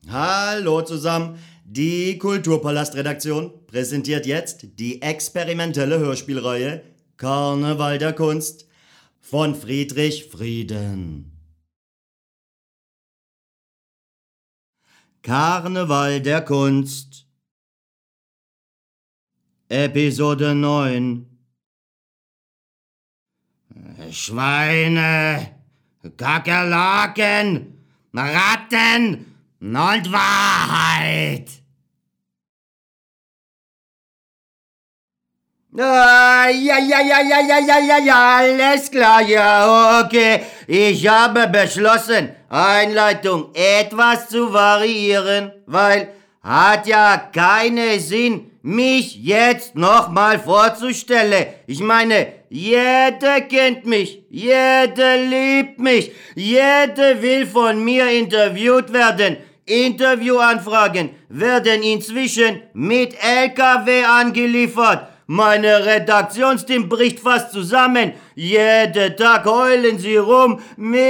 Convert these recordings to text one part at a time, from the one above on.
Hallo zusammen. Die Kulturpalast-Redaktion präsentiert jetzt die experimentelle Hörspielreihe Karneval der Kunst von Friedrich Frieden. Karneval der Kunst. Episode 9. Schweine, Kakerlaken, Ratten und Wahrheit. Ja, alles klar, ja, okay. Ich habe beschlossen, Einleitung etwas zu variieren, weil hat ja keinen Sinn, mich jetzt nochmal vorzustellen. Ich meine, jeder kennt mich, jeder liebt mich, jeder will von mir interviewt werden. Interviewanfragen werden inzwischen mit LKW angeliefert. Meine Redaktionsteam bricht fast zusammen. Jeden Tag heulen sie rum.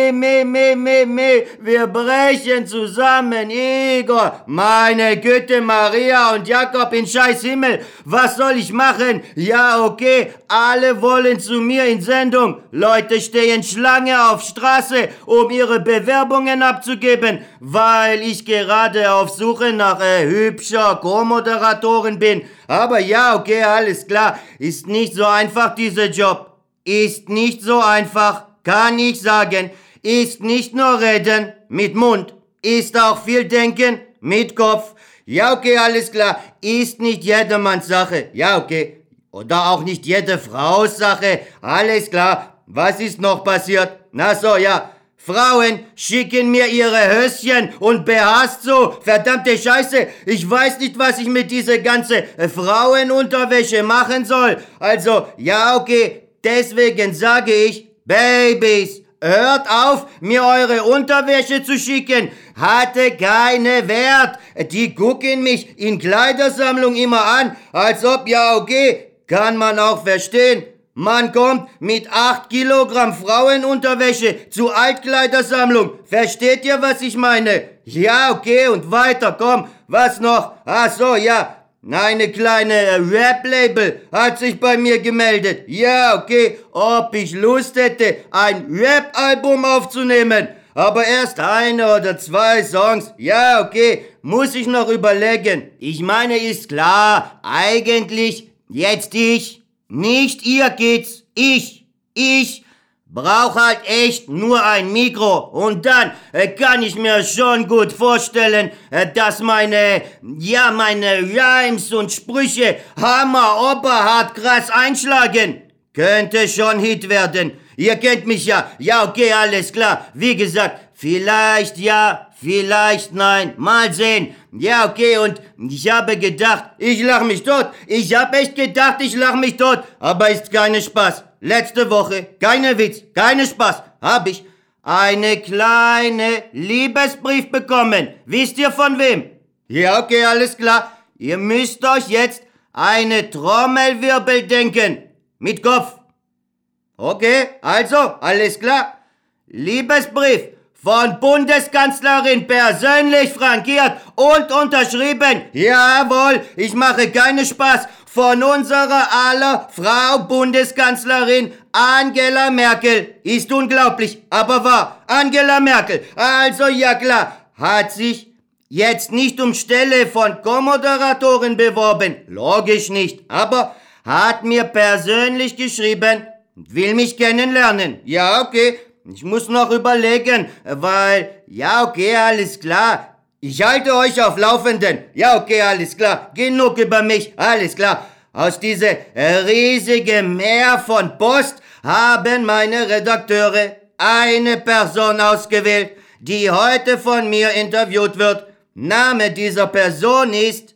Wir brechen zusammen, Igor. Meine Güte, Maria und Jakob in scheiß Himmel. Was soll ich machen? Ja, okay, alle wollen zu mir in Sendung. Leute stehen Schlange auf Straße, um ihre Bewerbungen abzugeben, weil ich gerade auf Suche nach hübscher Co-Moderatorin bin. Aber ja, okay, alles klar. Ist nicht so einfach, dieser Job. Ist nicht so einfach, kann ich sagen. Ist nicht nur reden mit Mund, ist auch viel denken mit Kopf. Ja, okay, alles klar. Ist nicht jedermanns Sache. Ja, okay. Oder auch nicht jede Frau's Sache. Alles klar. Was ist noch passiert? Na so, ja. Frauen schicken mir ihre Höschen und BHs zu. Verdammte Scheiße, ich weiß nicht, was ich mit dieser ganzen Frauenunterwäsche machen soll. Also, ja, okay, deswegen sage ich, Babys, hört auf, mir eure Unterwäsche zu schicken. Hatte keine Wert. Die gucken mich in Kleidersammlung immer an, als ob, ja, okay, kann man auch verstehen. Man kommt mit 8 Kilogramm Frauenunterwäsche zur Altkleidersammlung. Versteht ihr, was ich meine? Ja, okay, und weiter, komm. Was noch? Ach so, ja. Eine kleine Rap-Label hat sich bei mir gemeldet. Ja, okay, ob ich Lust hätte, ein Rap-Album aufzunehmen. Aber erst 1 oder 2 Songs. Ja, okay, muss ich noch überlegen. Ich meine, ist klar, eigentlich jetzt nicht ihr Kids, ich brauch halt echt nur ein Mikro und dann kann ich mir schon gut vorstellen, dass meine Rhymes und Sprüche Hammer, Oberhart krass einschlagen. Könnte schon Hit werden. Ihr kennt mich ja. Ja, okay, alles klar. Wie gesagt, vielleicht ja, vielleicht nein. Mal sehen. Ja, okay, und ich habe gedacht, ich lach mich tot. Ich habe echt gedacht, ich lach mich tot. Aber ist keine Spaß. Letzte Woche, keine Witz, keine Spaß, habe ich eine kleine Liebesbrief bekommen. Wisst ihr von wem? Ja, okay, alles klar. Ihr müsst euch jetzt eine Trommelwirbel denken. Mit Kopf. Okay, also, alles klar. Liebesbrief von Bundeskanzlerin persönlich frankiert und unterschrieben. Jawohl, ich mache keinen Spaß. Von unserer aller Frau Bundeskanzlerin Angela Merkel. Ist unglaublich, aber wahr. Angela Merkel. Also ja klar, hat sich jetzt nicht um Stelle von Co-Moderatorin beworben. Logisch nicht, aber hat mir persönlich geschrieben, will mich kennenlernen. Ja, okay. Ich muss noch überlegen, weil, ja, okay, alles klar. Ich halte euch auf Laufenden. Ja, okay, alles klar. Genug über mich. Alles klar. Aus diesem riesigen Meer von Post haben meine Redakteure eine Person ausgewählt, die heute von mir interviewt wird. Name dieser Person ist,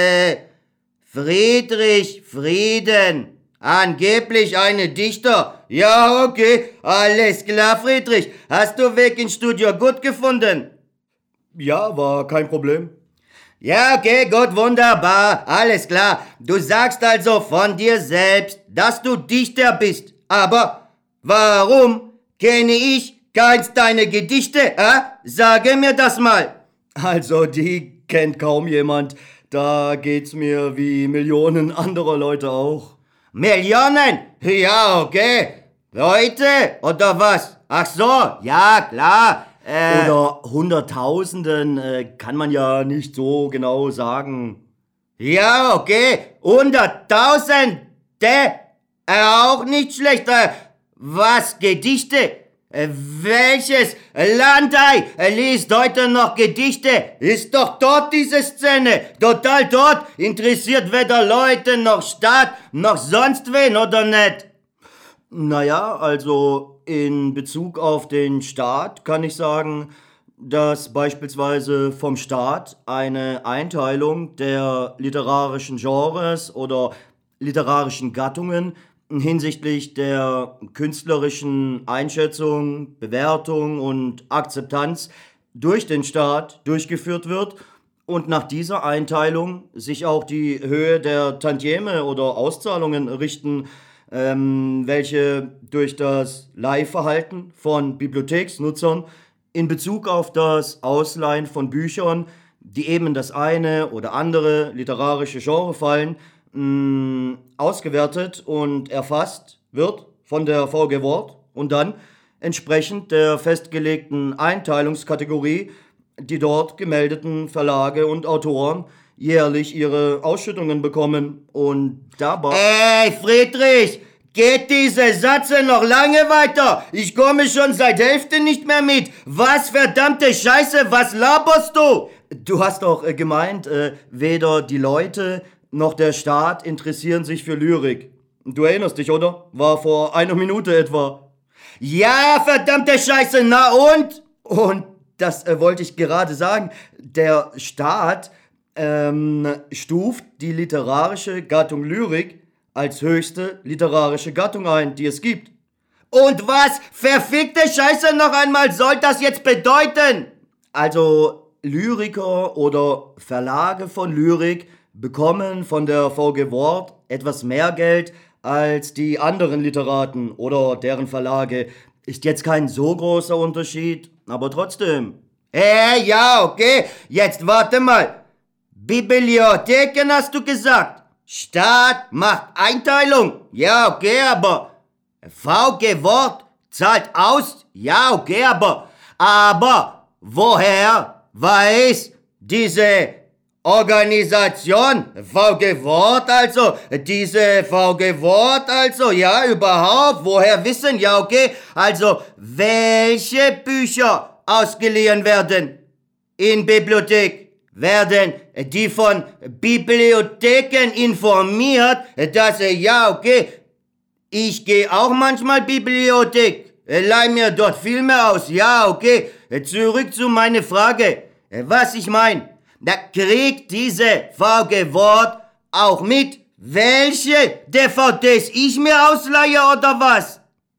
Friedrich Frieden. Angeblich eine Dichter. Ja, okay. Alles klar, Friedrich. Hast du Weg ins Studio gut gefunden? Ja, war kein Problem. Ja, okay, gut, wunderbar. Alles klar. Du sagst also von dir selbst, dass du Dichter bist. Aber warum kenne ich keins deiner Gedichte? Sage mir das mal. Also, die kennt kaum jemand. Da geht's mir wie Millionen anderer Leute auch. Millionen? Ja, okay. Leute, oder was? Ach so, ja, klar. Oder Hunderttausenden, kann man ja nicht so genau sagen. Ja, okay. 100.000. Auch nicht schlecht. Was, Gedichte? Welches Landei liest heute noch Gedichte? Ist doch dort diese Szene. Total dort. Interessiert weder Leute noch Staat noch sonst wen, oder nicht? Naja, also in Bezug auf den Staat kann ich sagen, dass beispielsweise vom Staat eine Einteilung der literarischen Genres oder literarischen Gattungen hinsichtlich der künstlerischen Einschätzung, Bewertung und Akzeptanz durch den Staat durchgeführt wird und nach dieser Einteilung sich auch die Höhe der Tantieme oder Auszahlungen richten, welche durch das Leihverhalten von Bibliotheksnutzern in Bezug auf das Ausleihen von Büchern, die eben in das eine oder andere literarische Genre fallen, ausgewertet und erfasst wird von der VG Wort und dann entsprechend der festgelegten Einteilungskategorie die dort gemeldeten Verlage und Autoren jährlich ihre Ausschüttungen bekommen und dabei... Ey, Friedrich, geht diese Satze noch lange weiter? Ich komme schon seit Hälfte nicht mehr mit. Was verdammte Scheiße, was laberst du? Du hast doch gemeint, weder die Leute noch der Staat interessieren sich für Lyrik. Du erinnerst dich, oder? War vor einer Minute etwa. Ja, verdammte Scheiße, na und? Und das wollte ich gerade sagen. Der Staat stuft die literarische Gattung Lyrik als höchste literarische Gattung ein, die es gibt. Und was, verfickte Scheiße noch einmal, soll das jetzt bedeuten? Also Lyriker oder Verlage von Lyrik bekommen von der VG Wort etwas mehr Geld als die anderen Literaten oder deren Verlage. Ist jetzt kein so großer Unterschied, aber trotzdem. Ja, okay, jetzt warte mal. Bibliotheken hast du gesagt. Staat macht Einteilung. Ja, okay, aber VG Wort zahlt aus. Ja, okay, aber woher weiß diese Organisation, VG Wort also, ja, überhaupt, woher wissen, ja, okay, also, welche Bücher ausgeliehen werden in Bibliothek, werden die von Bibliotheken informiert, dass, ja, okay, ich gehe auch manchmal Bibliothek, leih mir dort Filme aus, ja, okay, zurück zu meiner Frage, was ich meine. Da kriegt diese VG Wort auch mit, welche DVDs ich mir ausleihe oder was?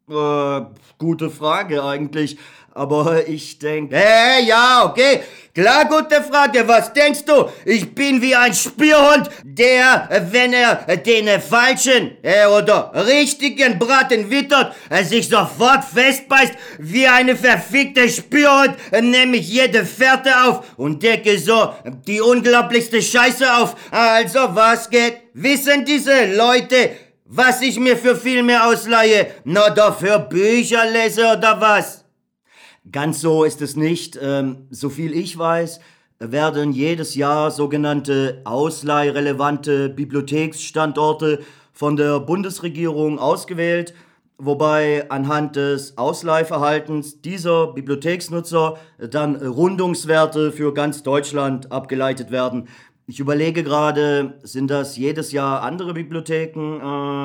Gute Frage eigentlich, aber ich denke... Ja, okay, klar, gute Frage, was denkst du? Ich bin wie ein Spürhund, der, wenn er den falschen oder richtigen Braten wittert, sich sofort festbeißt wie eine verfickte Spürhund, nehme ich jede Fährte auf und decke so die unglaublichste Scheiße auf. Also, was geht? Wissen diese Leute, was ich mir für Filme ausleihe, oder für Bücher lese oder was? Ganz so ist es nicht. Soviel ich weiß, werden jedes Jahr sogenannte ausleihrelevante Bibliotheksstandorte von der Bundesregierung ausgewählt, wobei anhand des Ausleihverhaltens dieser Bibliotheksnutzer dann Rundungswerte für ganz Deutschland abgeleitet werden. Ich überlege gerade, sind das jedes Jahr andere Bibliotheken?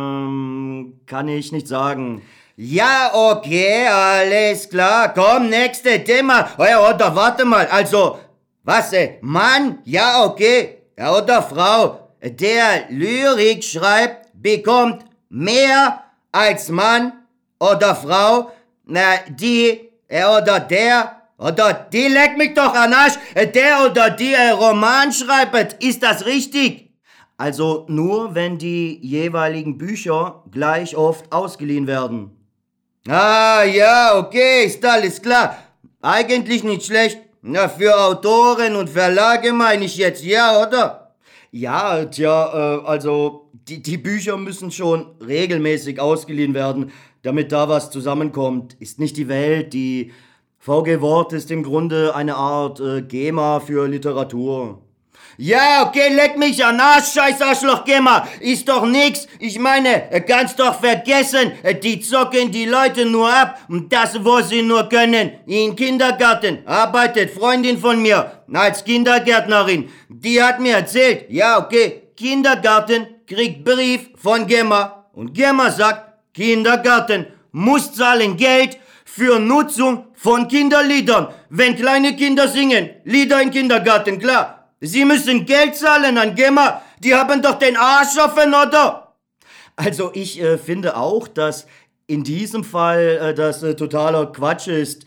Kann ich nicht sagen. Ja, okay, alles klar. Komm, nächste Thema. Oder warte mal, also, was, Mann? Ja, okay. Ja, oder Frau, der Lyrik schreibt, bekommt mehr als Mann oder Frau. Na, die, oder der, oder die, leck mich doch an Arsch. Der oder die Roman schreibt. Ist das richtig? Also nur, wenn die jeweiligen Bücher gleich oft ausgeliehen werden. Ah, ja, okay, ist alles klar. Eigentlich nicht schlecht. Na, für Autoren und Verlage meine ich jetzt, ja, oder? Ja, tja, also die Bücher müssen schon regelmäßig ausgeliehen werden, damit da was zusammenkommt. Ist nicht die Welt. Die VG Wort ist im Grunde eine Art GEMA für Literatur. Ja, okay, leck mich an Arsch, scheiß Arschloch, geh mal. Ist doch nix. Ich meine, kannst doch vergessen, die zocken die Leute nur ab. Und das, wo sie nur können. In Kindergarten arbeitet Freundin von mir als Kindergärtnerin. Die hat mir erzählt, ja, okay, Kindergarten kriegt Brief von GEMA. Und GEMA sagt, Kindergarten muss zahlen Geld für Nutzung von Kinderliedern. Wenn kleine Kinder singen, Lieder im Kindergarten, klar. Sie müssen Geld zahlen an GEMA. Die haben doch den Arsch offen, oder? Also ich finde auch, dass in diesem Fall das totaler Quatsch ist.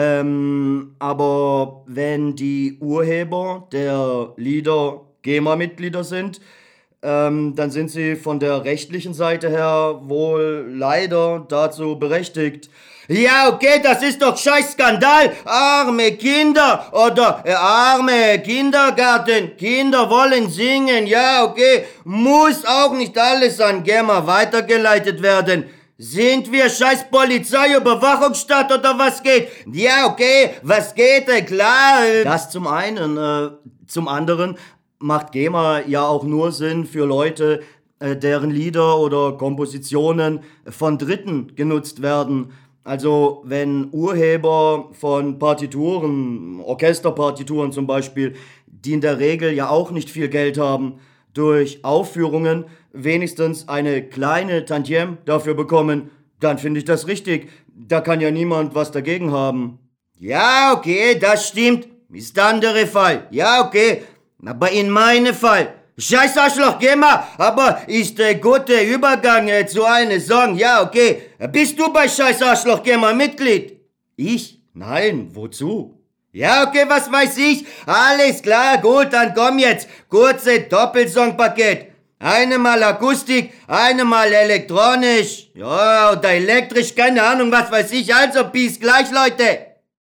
Aber wenn die Urheber der Lieder GEMA-Mitglieder sind, dann sind sie von der rechtlichen Seite her wohl leider dazu berechtigt. Ja, okay, das ist doch scheiß Skandal. Arme Kinder oder arme Kindergarten. Kinder wollen singen, ja, okay. Muss auch nicht alles an GEMA weitergeleitet werden. Sind wir scheiß Polizeiüberwachungsstaat oder was geht? Ja, okay, was geht, klar. Das zum einen. Zum anderen macht GEMA ja auch nur Sinn für Leute, deren Lieder oder Kompositionen von Dritten genutzt werden. Also wenn Urheber von Partituren, Orchesterpartituren zum Beispiel, die in der Regel ja auch nicht viel Geld haben, durch Aufführungen wenigstens eine kleine Tantiem dafür bekommen, dann finde ich das richtig. Da kann ja niemand was dagegen haben. Ja, okay, das stimmt. Ist der andere Fall. Ja, okay. Aber in meinem Fall, scheiß Arschloch, geh mal, aber ist der gute Übergang zu einem Song. Ja, okay. Bist du bei scheiß Arschloch, geh mal Mitglied? Ich? Nein, wozu? Ja, okay, was weiß ich. Alles klar, gut, dann komm jetzt. Kurze Doppelsongpaket. Einmal Akustik, einmal elektronisch. Ja, oder elektrisch, keine Ahnung, was weiß ich. Also, bis gleich, Leute.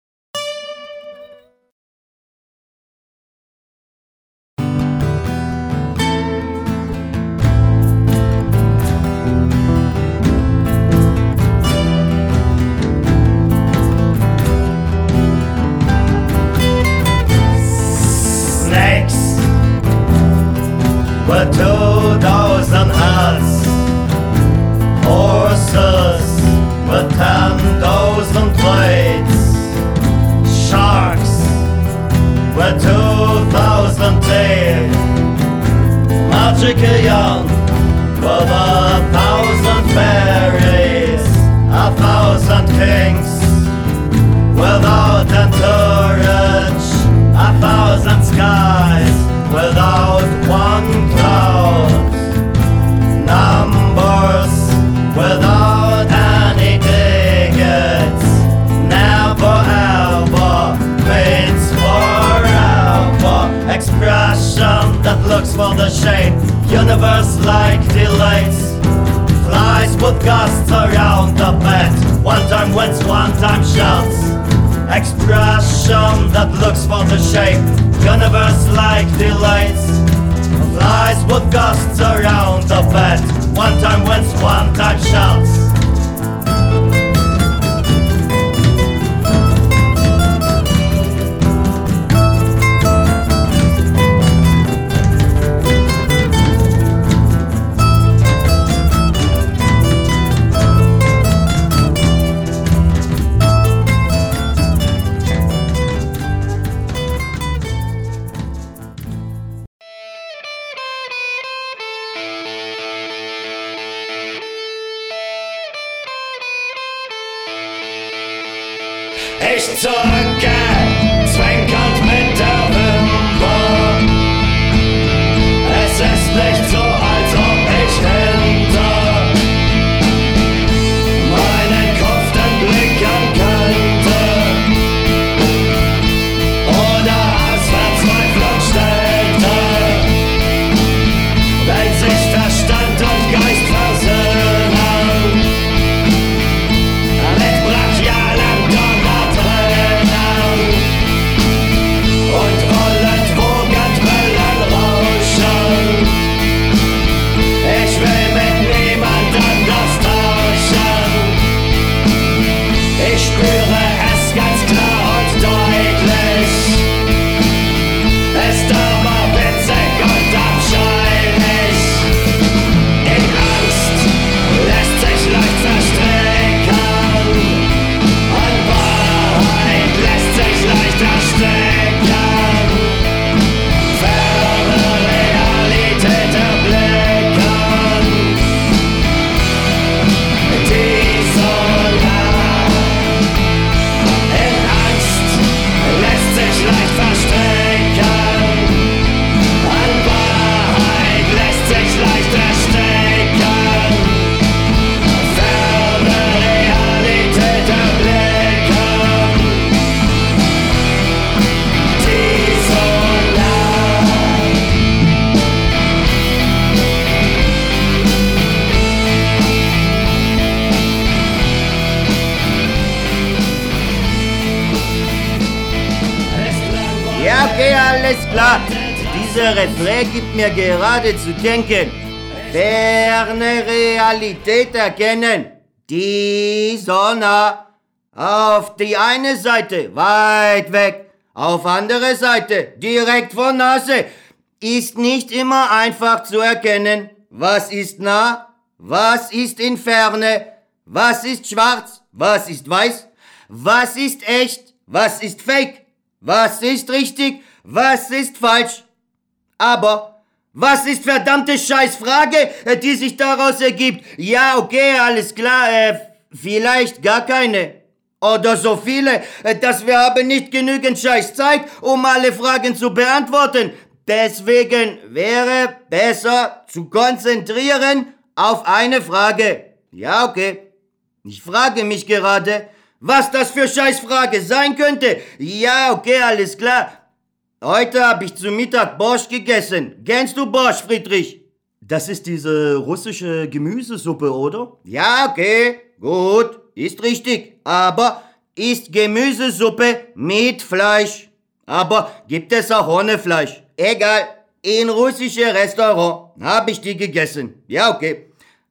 With 2,000 hearts, horses with 10,000 blades, sharks with 2,000 tails, magical yarn with 1,000 fairies, 1,000 kings, without entourage, 1,000 skies, without one cloud, numbers without any tickets, never ever means forever, expression that looks for the shade, universe like delays, flies with gusts around the bed, one time wins, one time shouts, expression that looks for the shape, universe like delays, flies with gusts around the bed, one time wins, one time shouts. Ich zucke, zwinkernd mit der Wimper. Es ist nicht so, als ob ich hinter meinen Kopf den blicken könnte. Oder aus Verzweiflung stellte, wenn sich Verstand und Geist versöhnen. Mit brachialen Donnertränen alles klar. Dieser Refrain gibt mir gerade zu denken. Ferne Realität erkennen, die Sonne. Auf die eine Seite weit weg, auf andere Seite direkt vor Nase. Ist nicht immer einfach zu erkennen, was ist nah, was ist in Ferne, was ist schwarz, was ist weiß, was ist echt, was ist fake, was ist richtig, was ist falsch. Aber was ist verdammte Scheißfrage, die sich daraus ergibt? Ja, okay, alles klar, vielleicht gar keine. Oder so viele, dass wir haben nicht genügend Scheißzeit, um alle Fragen zu beantworten. Deswegen wäre besser zu konzentrieren auf eine Frage. Ja, okay. Ich frage mich gerade, was das für Scheißfrage sein könnte. Ja, okay, alles klar. Heute habe ich zu Mittag Borsch gegessen. Kennst du Borsch, Friedrich? Das ist diese russische Gemüsesuppe, oder? Ja, okay, gut, ist richtig. Aber ist Gemüsesuppe mit Fleisch. Aber gibt es auch ohne Fleisch? Egal, in russische Restaurant habe ich die gegessen. Ja, okay.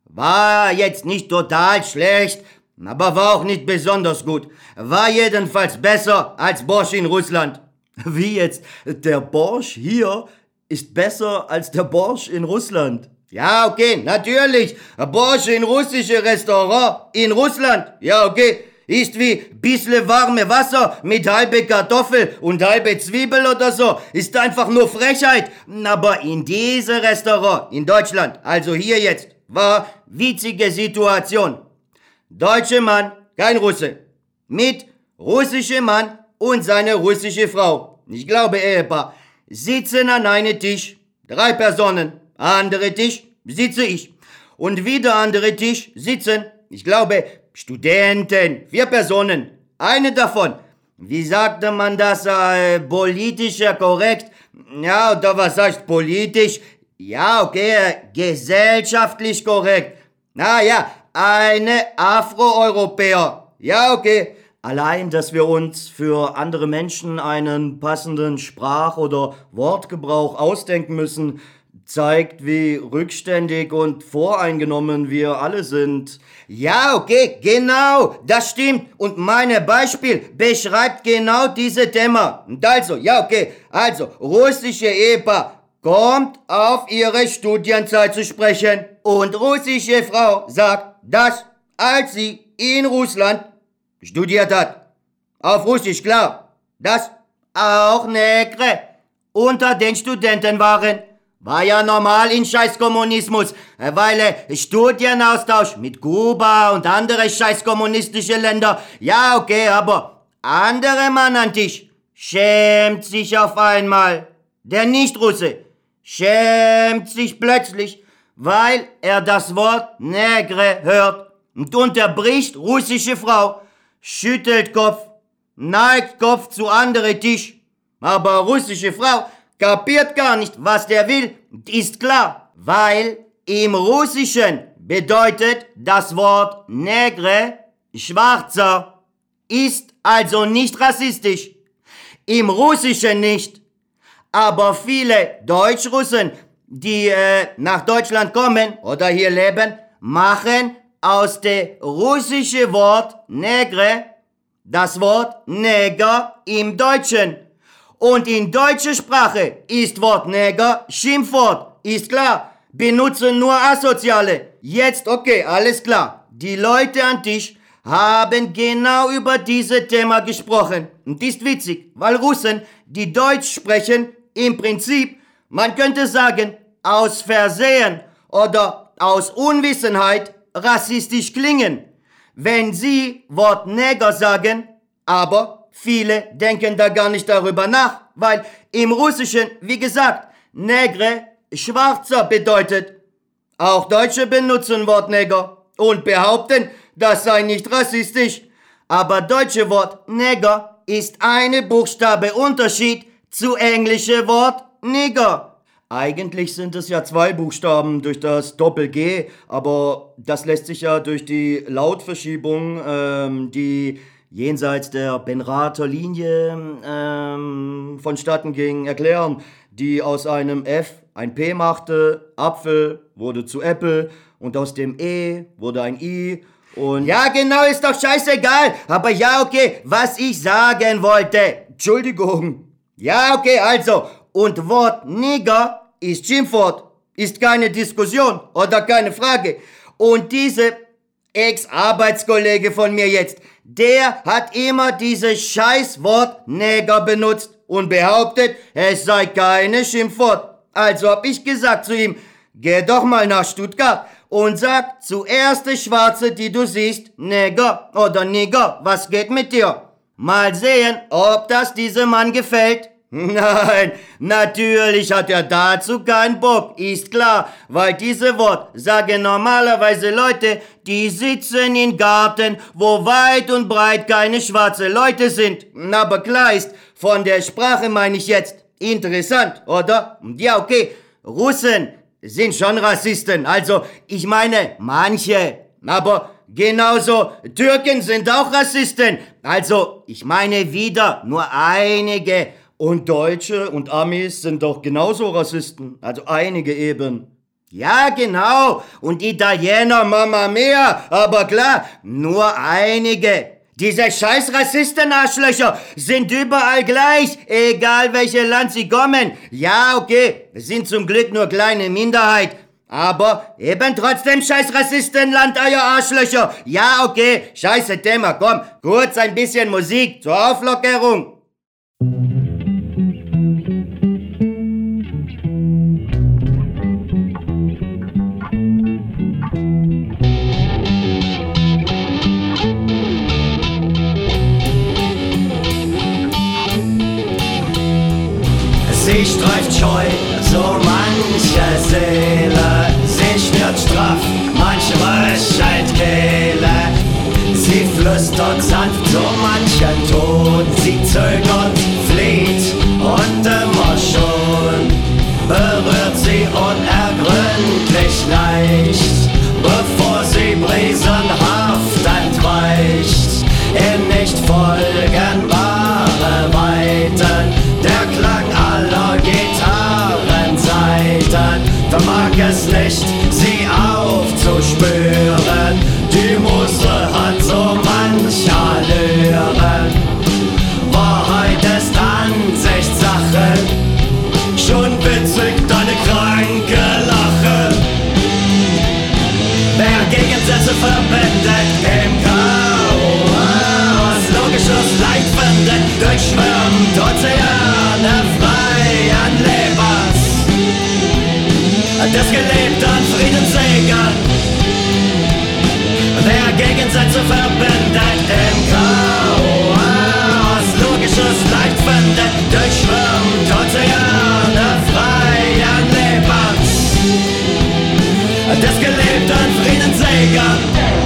War jetzt nicht total schlecht, aber war auch nicht besonders gut. War jedenfalls besser als Borsch in Russland. Wie jetzt? Der Borsch hier ist besser als der Borsch in Russland. Ja, okay, natürlich. Borsch in russische Restaurant in Russland. Ja, okay. Ist wie bissle warme Wasser mit halbe Kartoffel und halbe Zwiebel oder so. Ist einfach nur Frechheit. Aber in diesem Restaurant in Deutschland, also hier jetzt, war witzige Situation. Deutscher Mann, kein Russe. Mit russischem Mann und seine russische Frau. Ich glaube Ehepaar. Sitzen an einem Tisch. 3 Personen. Andere Tisch sitze ich. Und wieder andere Tisch sitzen, ich glaube, Studenten, 4 Personen. Eine davon, wie sagte man das, politischer korrekt? Ja, oder was heißt politisch? Ja, okay, gesellschaftlich korrekt. Ja, eine Afroeuropäer. Ja, okay. Allein, dass wir uns für andere Menschen einen passenden Sprach- oder Wortgebrauch ausdenken müssen, zeigt, wie rückständig und voreingenommen wir alle sind. Ja, okay, genau, das stimmt. Und mein Beispiel beschreibt genau dieses Thema. Und also, ja, okay, also, russische Ehepaar kommt auf ihre Studienzeit zu sprechen. Und russische Frau sagt, dass, als sie in Russland studiert hat, auf Russisch klar, dass auch Negre unter den Studenten waren. War ja normal in Scheißkommunismus, weil Studienaustausch mit Kuba und andere scheißkommunistische Länder, ja okay, aber andere Mann an Tisch schämt sich auf einmal. Der Nicht-Russe schämt sich plötzlich, weil er das Wort Negre hört und unterbricht russische Frau, schüttelt Kopf, neigt Kopf zu andere Tisch, aber russische Frau kapiert gar nicht, was der will, ist klar, weil im Russischen bedeutet das Wort Negre Schwarzer, ist also nicht rassistisch. Im Russischen nicht. Aber viele Deutschrussen, die nach Deutschland kommen oder hier leben, machen aus dem russischen Wort Negre das Wort Neger im Deutschen. Und in deutscher Sprache ist Wort Neger Schimpfwort, ist klar. Benutzen nur Asoziale. Jetzt okay, alles klar. Die Leute am Tisch haben genau über dieses Thema gesprochen. Und ist witzig, weil Russen, die Deutsch sprechen, im Prinzip, man könnte sagen, aus Versehen oder aus Unwissenheit rassistisch klingen. Wenn sie Wort Neger sagen, aber viele denken da gar nicht darüber nach, weil im Russischen, wie gesagt, Negre Schwarzer bedeutet. Auch Deutsche benutzen Wort Neger und behaupten, das sei nicht rassistisch. Aber deutsche Wort Neger ist eine Buchstabe Unterschied zu englische Wort Nigger. Eigentlich sind es ja 2 Buchstaben durch das Doppel-G, aber das lässt sich ja durch die Lautverschiebung, die jenseits der Benrather Linie vonstatten ging, erklären, die aus einem F ein P machte, Apfel wurde zu Apple und aus dem E wurde ein I und... Ja, genau, ist doch scheißegal, aber ja, okay, was ich sagen wollte. Entschuldigung. Ja, okay, also, und Wort Nigger ist Schimpfwort, ist keine Diskussion oder keine Frage. Und diese Ex-Arbeitskollege von mir jetzt, der hat immer dieses Scheißwort Neger benutzt und behauptet, es sei keine Schimpfwort. Also hab ich gesagt zu ihm, geh doch mal nach Stuttgart und sag zu erste Schwarze, die du siehst, Neger oder Nigger, was geht mit dir? Mal sehen, ob das diesem Mann gefällt. Nein, natürlich hat er dazu keinen Bock, ist klar, weil diese Wort sagen normalerweise Leute, die sitzen im Garten, wo weit und breit keine schwarze Leute sind. Aber klar ist, von der Sprache meine ich jetzt, interessant, oder? Ja, okay, Russen sind schon Rassisten, also ich meine manche, aber genauso Türken sind auch Rassisten, also ich meine wieder nur einige. Und Deutsche und Amis sind doch genauso Rassisten, also einige eben. Ja, genau, und Italiener, Mamma mia, aber klar, nur einige. Diese scheiß Rassisten-Arschlöcher sind überall gleich, egal welches Land sie kommen. Ja, okay, wir sind zum Glück nur kleine Minderheit. Aber eben trotzdem scheiß Rassistenland, euer Arschlöcher. Ja, okay, scheiße Thema, komm, kurz ein bisschen Musik zur Auflockerung. Sie streift scheu so manche Seele, sie schnürt straff manche Röschelkehle. Sie flüstert sanft so manchen Ton, sie zögert, flieht und immer schon berührt sie unergründlich leicht, bevor sie brisenhaft entweicht in nicht folgenbare Weiten. Der Klang aller Gitarrensaiten vermag es nicht, sie aufzuspüren. Die Muse hat so manch Allüren. Wahrheit ist Ansichtssache, schon witzig deine kranke Lache. Wer Gegensätze verbindet im Chaos, logisches Leid findet, durchschwimmt Ozeane freien Lebens, des gelebten Friedenssegern. Wer Gegensätze verbindet im Chaos, logisches Leid findet, durchschwimmt Ozeane freien Lebens, des gelebten Friedenssegern.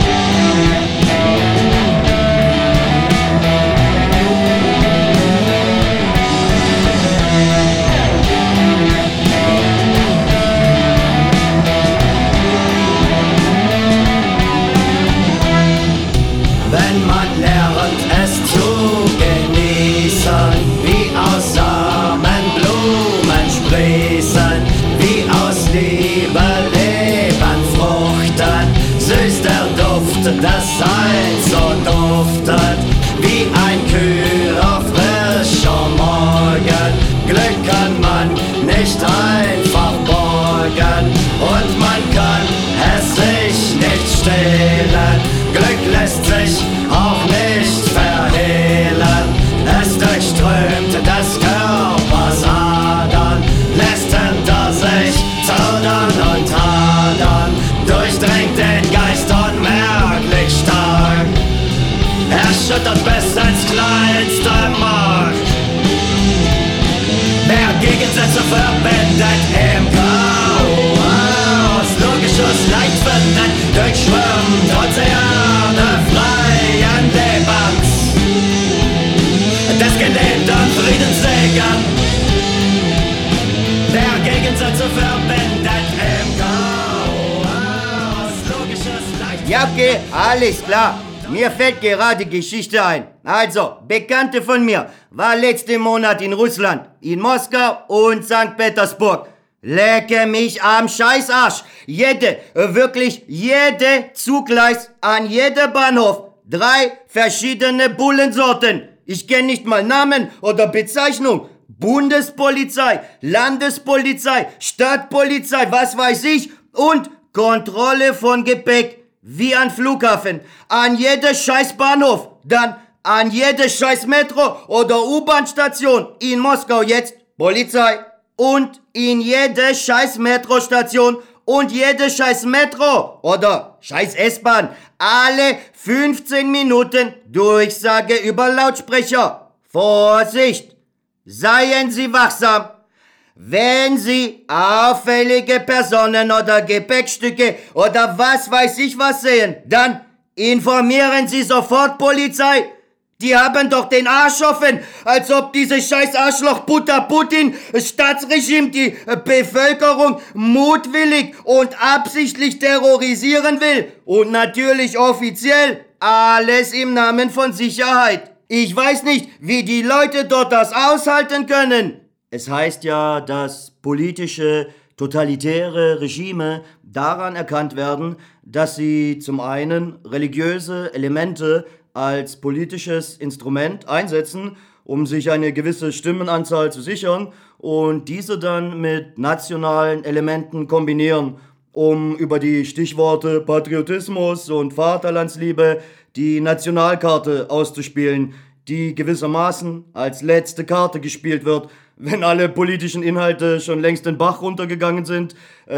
Wenn man lernt es zu genießen, wie aus Samen Blumen sprießen, wie aus Liebe Leben fruchten, süß der Duft des Seins so duftet, wie ein kühler, frischer Morgen. Glück kann man nicht einfach borgen und man kann es sich nicht stehlen. Glück lässt sich auch nicht verhehlen. Es durchströmt des Körpers Adern, lässt hinter sich zaudern und hadern, durchdringt den Geist unmerklich stark, erschüttert bis ins kleinste Mark. Wer Gegensätze verbindet im Chaos, logisches Leid findet, durchschwimmt Ozeane freien Lebens, des gelebten Friedenssegern. Wer Gegensätze verbindet im Chaos, logisches Leid. Ja, okay, alles klar. Mir fällt gerade Geschichte ein. Also, Bekannte von mir war letzten Monat in Russland, in Moskau und St. Petersburg. Lecke mich am Scheißarsch. Wirklich jede Zugleis an jeder Bahnhof. 3 verschiedene Bullensorten. Ich kenne nicht mal Namen oder Bezeichnung. Bundespolizei, Landespolizei, Stadtpolizei, was weiß ich. Und Kontrolle von Gepäck, wie an Flughafen. An jeder Scheißbahnhof. Dann an jede Scheiß-Metro oder U-Bahn-Station. In Moskau jetzt Polizei. Und in jede Scheiß-Metro-Station und jede Scheiß-Metro oder Scheiß-S-Bahn alle 15 Minuten Durchsage über Lautsprecher. Vorsicht! Seien Sie wachsam! Wenn Sie auffällige Personen oder Gepäckstücke oder was weiß ich was sehen, dann informieren Sie sofort Polizei. Die haben doch den Arsch offen, als ob dieses scheiß Arschloch Putin Staatsregime die Bevölkerung mutwillig und absichtlich terrorisieren will. Und natürlich offiziell alles im Namen von Sicherheit. Ich weiß nicht, wie die Leute dort das aushalten können. Es heißt ja, dass politische, totalitäre Regime daran erkannt werden, dass sie zum einen religiöse Elemente als politisches Instrument einsetzen, um sich eine gewisse Stimmenanzahl zu sichern und diese dann mit nationalen Elementen kombinieren, um über die Stichworte Patriotismus und Vaterlandsliebe die Nationalkarte auszuspielen, die gewissermaßen als letzte Karte gespielt wird. Wenn alle politischen Inhalte schon längst den Bach runtergegangen sind,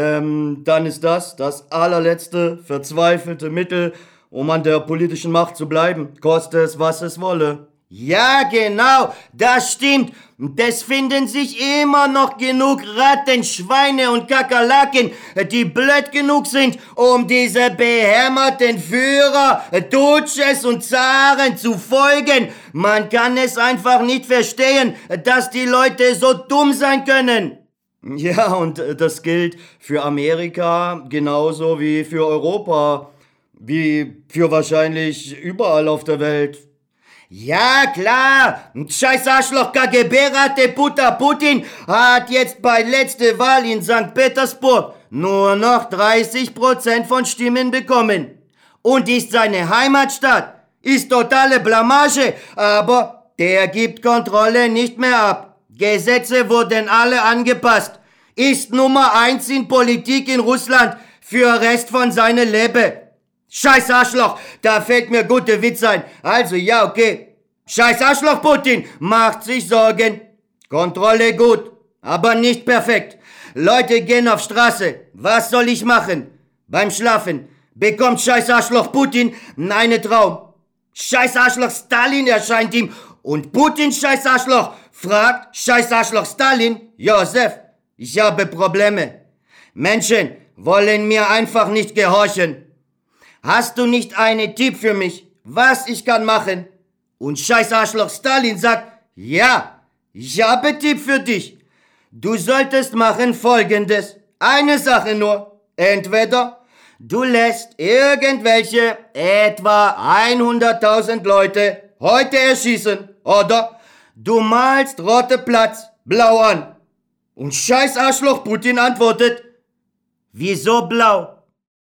dann ist das allerletzte verzweifelte Mittel, um an der politischen Macht zu bleiben, koste es, was es wolle. Ja, genau, das stimmt. Es finden sich immer noch genug Ratten, Schweine und Kakerlaken, die blöd genug sind, um diese behämmerten Führer, Duces und Zaren zu folgen. Man kann es einfach nicht verstehen, dass die Leute so dumm sein können. Ja, und das gilt für Amerika genauso wie für Europa. Wie für wahrscheinlich überall auf der Welt. Ja, klar. Scheiß Arschloch KGB-Ratte Putin hat jetzt bei letzter Wahl in St. Petersburg nur noch 30% von Stimmen bekommen. Und ist seine Heimatstadt. Ist totale Blamage, aber der gibt Kontrolle nicht mehr ab. Gesetze wurden alle angepasst. Ist Nummer 1 in Politik in Russland für Rest von seinem Leben. Scheiß Arschloch, da fällt mir gute Witz ein. Also ja, okay. Scheiß Arschloch Putin macht sich Sorgen. Kontrolle gut, aber nicht perfekt. Leute gehen auf Straße. Was soll ich machen? Beim Schlafen bekommt Scheiß Arschloch Putin einen Traum. Scheiß Arschloch Stalin erscheint ihm und Putin Scheiß Arschloch fragt Scheiß Arschloch Stalin, Josef, ich habe Probleme. Menschen wollen mir einfach nicht gehorchen. Hast du nicht einen Tipp für mich, was ich kann machen? Und scheiß Arschloch Stalin sagt, ja, ich habe einen Tipp für dich. Du solltest machen Folgendes. Eine Sache nur. Entweder du lässt irgendwelche etwa 100.000 Leute heute erschießen oder du malst Rote Platz blau an. Und scheiß Arschloch Putin antwortet, wieso blau?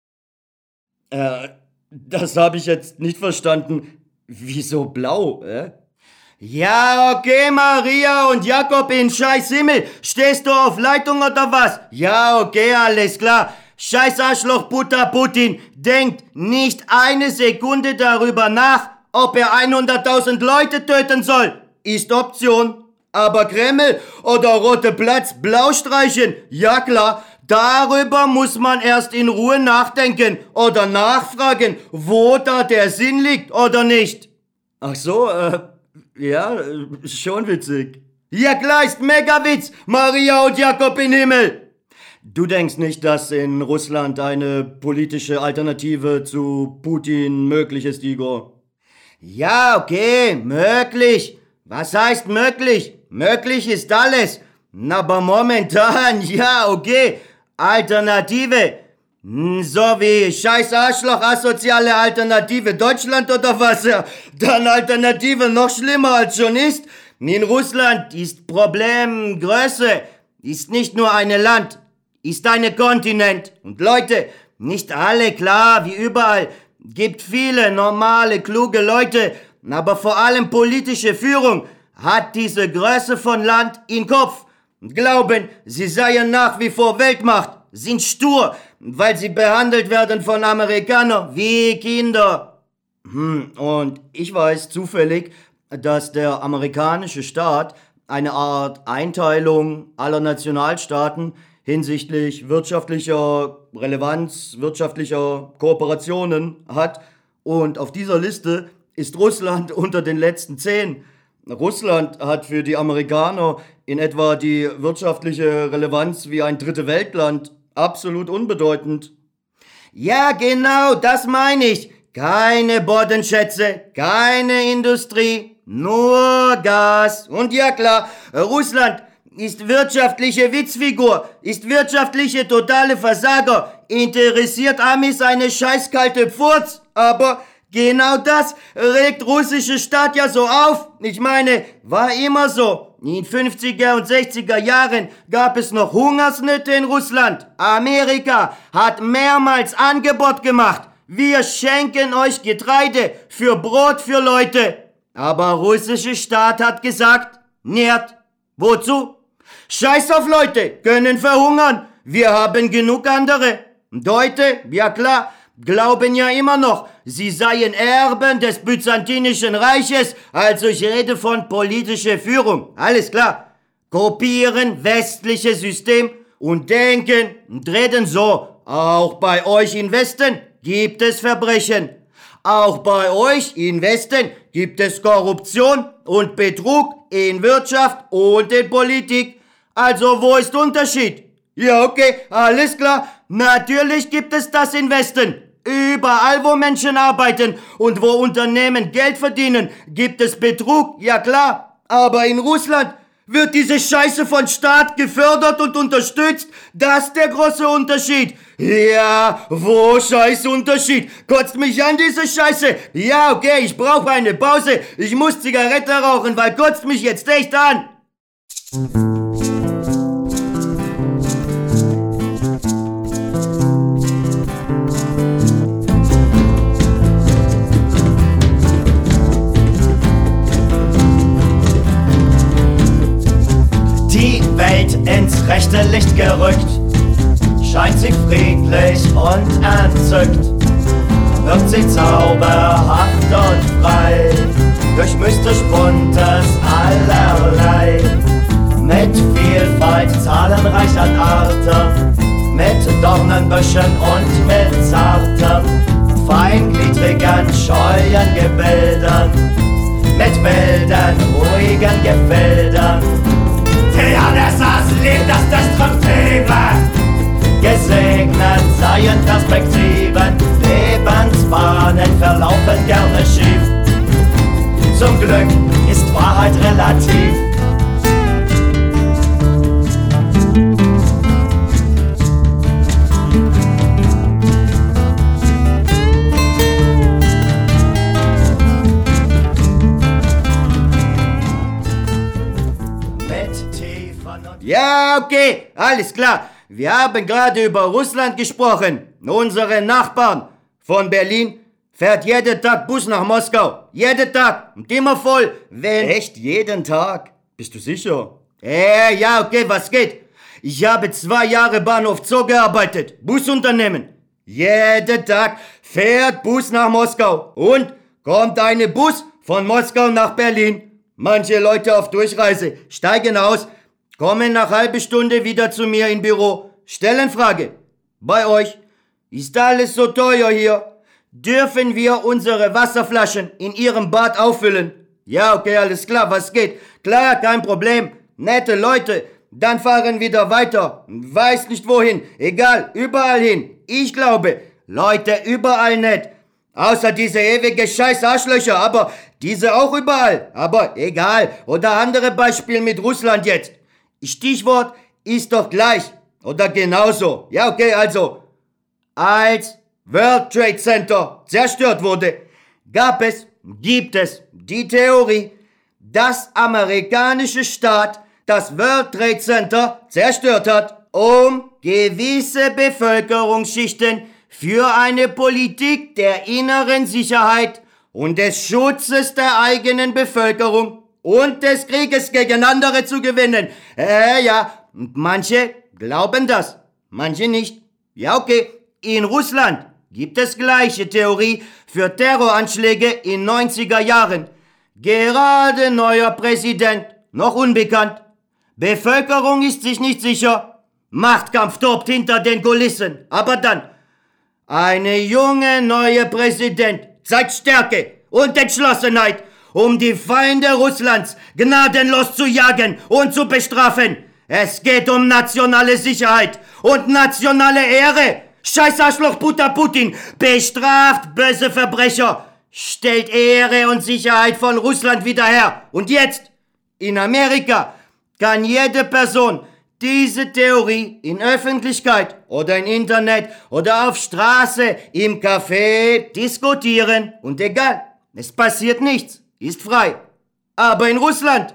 Das habe ich jetzt nicht verstanden. Wieso blau, Ja, okay, Maria und Jakob in scheiß Himmel. Stehst du auf Leitung oder was? Ja, okay, alles klar. Scheiß Arschloch Putin denkt nicht eine Sekunde darüber nach, ob er 100.000 Leute töten soll. Ist Option. Aber Kreml oder Rote Platz blau streichen, ja klar. Darüber muss man erst in Ruhe nachdenken oder nachfragen, wo da der Sinn liegt oder nicht. Ach so, ja, schon witzig. Ja klar, ist mega Witz, Maria und Jakob im Himmel. Du denkst nicht, dass in Russland eine politische Alternative zu Putin möglich ist, Igor? Ja, okay, möglich. Was heißt möglich? Möglich ist alles. Aber momentan, ja, okay. Alternative. So wie scheiß Arschloch, asoziale Alternative Deutschland oder was? Ja, dann Alternative noch schlimmer als schon ist. In Russland ist Problem Größe, ist nicht nur ein Land, ist ein Kontinent. Und Leute, nicht alle, klar, wie überall, gibt viele normale, kluge Leute, aber vor allem politische Führung hat diese Größe von Land im Kopf und glauben, sie seien nach wie vor Weltmacht, sind stur, weil sie behandelt werden von Amerikanern wie Kinder. Und ich weiß zufällig, dass der amerikanische Staat eine Art Einteilung aller Nationalstaaten hinsichtlich wirtschaftlicher Relevanz, wirtschaftlicher Kooperationen hat. Und auf dieser Liste ist Russland unter den letzten 10. Russland hat für die Amerikaner in etwa die wirtschaftliche Relevanz wie ein dritte Weltland. Absolut unbedeutend. Ja, genau, das meine ich. Keine Bodenschätze, keine Industrie, nur Gas. Und ja klar, Russland ist wirtschaftliche Witzfigur, ist wirtschaftliche totale Versager, interessiert Amis eine scheißkalte Pfurz, aber genau das regt russische Staat ja so auf. Ich meine, war immer so. In 50er und 60er Jahren gab es noch Hungersnöte in Russland. Amerika hat mehrmals Angebot gemacht. Wir schenken euch Getreide für Brot für Leute. Aber russische Staat hat gesagt, nicht. Wozu? Scheiß auf Leute, können verhungern. Wir haben genug andere. Und heute, ja klar, glauben ja immer noch, sie seien Erben des Byzantinischen Reiches, also ich rede von politischer Führung, alles klar. Kopieren westliches System und denken und reden so, auch bei euch im Westen gibt es Verbrechen. Auch bei euch im Westen gibt es Korruption und Betrug in Wirtschaft und in Politik. Also wo ist Unterschied? Ja, okay, alles klar, natürlich gibt es das im Westen. Überall, wo Menschen arbeiten und wo Unternehmen Geld verdienen, gibt es Betrug, ja klar. Aber in Russland wird diese Scheiße von Staat gefördert und unterstützt. Das ist der große Unterschied. Ja, wo scheiß Unterschied? Kotzt mich an diese Scheiße. Ja, okay, ich brauche eine Pause. Ich muss Zigarette rauchen, weil kotzt mich jetzt echt an. Die Welt ins rechte Licht gerückt, scheint sie friedlich und entzückt, wirkt sie zauberhaft und frei, durch mystisch buntes allerlei, mit Vielfalt zahlenreicher Arten, mit Dornenbüschen und mit zarten, feingliedrigen, scheuen Gebilden, mit wilden, ruhigen Gefilden. Theanesas liebt das Destruktive. Gesegnet seien Perspektiven, Lebensbahnen verlaufen gerne schief. Zum Glück ist Wahrheit relativ. Ja, okay, alles klar. Wir haben gerade über Russland gesprochen. Unsere Nachbarn. Von Berlin fährt jeden Tag Bus nach Moskau. Jeden Tag. Und immer voll. Echt jeden Tag? Bist du sicher? Ja, okay, was geht? Ich habe 2 Jahre Bahnhof Zoo gearbeitet. Busunternehmen. Jeden Tag fährt Bus nach Moskau. Und kommt ein Bus von Moskau nach Berlin. Manche Leute auf Durchreise steigen aus, kommen nach halbe Stunde wieder zu mir im Büro, stellen Frage. Bei euch ist alles so teuer hier. Dürfen wir unsere Wasserflaschen in Ihrem Bad auffüllen? Ja, okay, alles klar, was geht? Klar, kein Problem. Nette Leute. Dann fahren wieder weiter. Weiß nicht wohin. Egal, überall hin. Ich glaube, Leute überall nett. Außer diese ewige scheiß Arschlöcher, aber diese auch überall. Aber egal. Oder andere Beispiel mit Russland jetzt. Stichwort ist doch gleich. Oder genauso. Ja, okay, also. als World Trade Center zerstört wurde, gibt es die Theorie, dass amerikanische Staat das World Trade Center zerstört hat, um gewisse Bevölkerungsschichten für eine Politik der inneren Sicherheit und des Schutzes der eigenen Bevölkerung und des Krieges gegen andere zu gewinnen. Ja, manche glauben das, manche nicht. Ja, okay, in Russland gibt es gleiche Theorie für Terroranschläge in 90er Jahren. Gerade neuer Präsident, noch unbekannt. Bevölkerung ist sich nicht sicher. Machtkampf tobt hinter den Kulissen. Aber dann, eine junge neue Präsident zeigt Stärke und Entschlossenheit, um die Feinde Russlands gnadenlos zu jagen und zu bestrafen. Es geht um nationale Sicherheit und nationale Ehre. Scheiß Arschloch Putin bestraft böse Verbrecher, stellt Ehre und Sicherheit von Russland wieder her. Und jetzt, in Amerika, kann jede Person diese Theorie in Öffentlichkeit oder im Internet oder auf Straße, im Café diskutieren. Und egal, es passiert nichts, ist frei. Aber in Russland,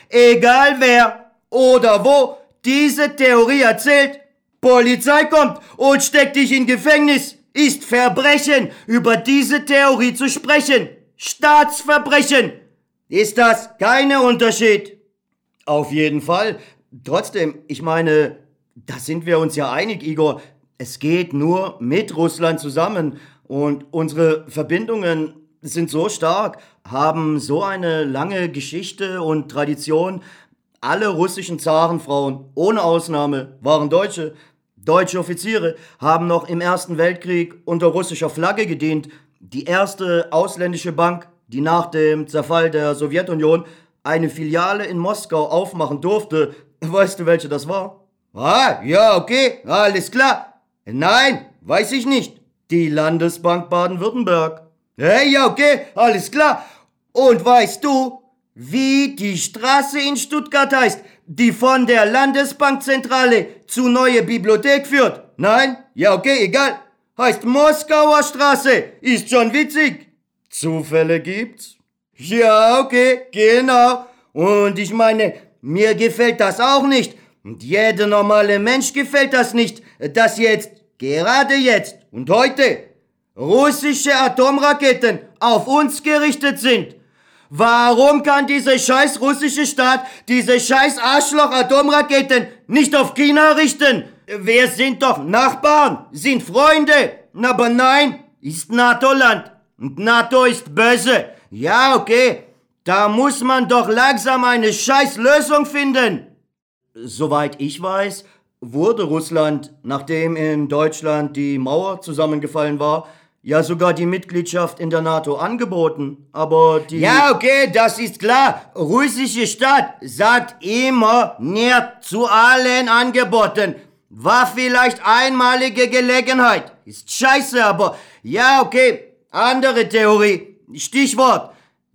egal wer oder wo diese Theorie erzählt, Polizei kommt und steckt dich in Gefängnis, ist Verbrechen, über diese Theorie zu sprechen. Staatsverbrechen. Ist das kein Unterschied? Auf jeden Fall. Trotzdem, ich meine, da sind wir uns ja einig, Igor. Es geht nur mit Russland zusammen und unsere Verbindungen sind so stark, haben so eine lange Geschichte und Tradition. Alle russischen Zarenfrauen, ohne Ausnahme, waren Deutsche. Deutsche Offiziere haben noch im Ersten Weltkrieg unter russischer Flagge gedient. Die erste ausländische Bank, die nach dem Zerfall der Sowjetunion eine Filiale in Moskau aufmachen durfte. Weißt du, welche das war? Ah, ja, okay, alles klar. Nein, weiß ich nicht. Die Landesbank Baden-Württemberg. Hey, ja, okay, alles klar. Und weißt du, wie die Straße in Stuttgart heißt, die von der Landesbankzentrale zur neue Bibliothek führt? Nein? Ja, okay, egal. Heißt Moskauer Straße. Ist schon witzig. Zufälle gibt's? Ja, okay, genau. Und ich meine, mir gefällt das auch nicht. Und jeder normale Mensch gefällt das nicht, dass jetzt, gerade jetzt und heute, russische Atomraketen auf uns gerichtet sind. Warum kann dieser scheiß russische Staat diese scheiß Arschloch-Atomraketen nicht auf China richten? Wir sind doch Nachbarn, sind Freunde. Aber nein, ist NATO-Land. Und NATO ist böse. Ja, okay, da muss man doch langsam eine scheiß Lösung finden. Soweit ich weiß, wurde Russland, nachdem in Deutschland die Mauer zusammengefallen war, ja sogar die Mitgliedschaft in der NATO angeboten, aber die... Ja, okay, das ist klar. Russische Staat sagt immer nicht zu allen Angeboten. War vielleicht einmalige Gelegenheit. Ist scheiße, aber ja, okay. Andere Theorie. Stichwort.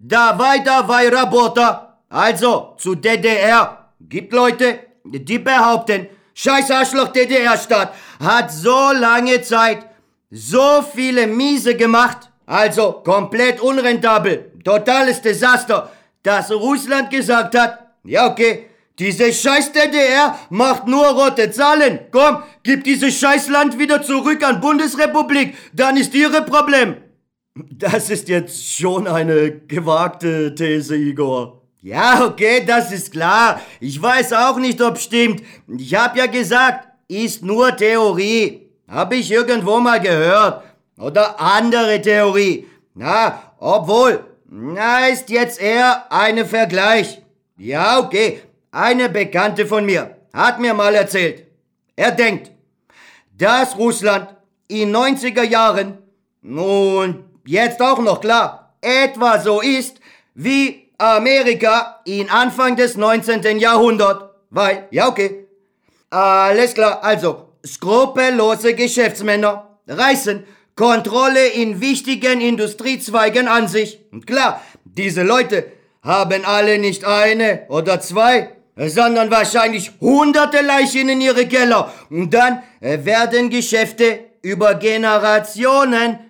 Davai Rabota. Also, zu DDR. Gibt Leute, die behaupten, scheiß Arschloch DDR-Staat hat so lange Zeit so viele Miese gemacht, also komplett unrentabel, totales Desaster, dass Russland gesagt hat, ja okay, diese scheiß DDR macht nur rote Zahlen, komm, gib dieses scheiß Land wieder zurück an Bundesrepublik, dann ist ihre Problem. Das ist jetzt schon eine gewagte These, Igor. Ja, okay, das ist klar, ich weiß auch nicht, ob stimmt, ich hab ja gesagt, ist nur Theorie. Hab ich irgendwo mal gehört. Oder andere Theorie. Na, obwohl, ist jetzt eher ein Vergleich. Ja, okay, eine Bekannte von mir hat mir mal erzählt. Er denkt, dass Russland in 90er Jahren und jetzt auch noch klar, etwa so ist wie Amerika in Anfang des 19. Jahrhunderts. Weil, ja okay, alles klar, also skrupellose Geschäftsmänner reißen Kontrolle in wichtigen Industriezweigen an sich. Und klar, diese Leute haben alle nicht eine oder zwei, sondern wahrscheinlich hunderte Leichen in ihre Keller. Und dann werden Geschäfte über Generationen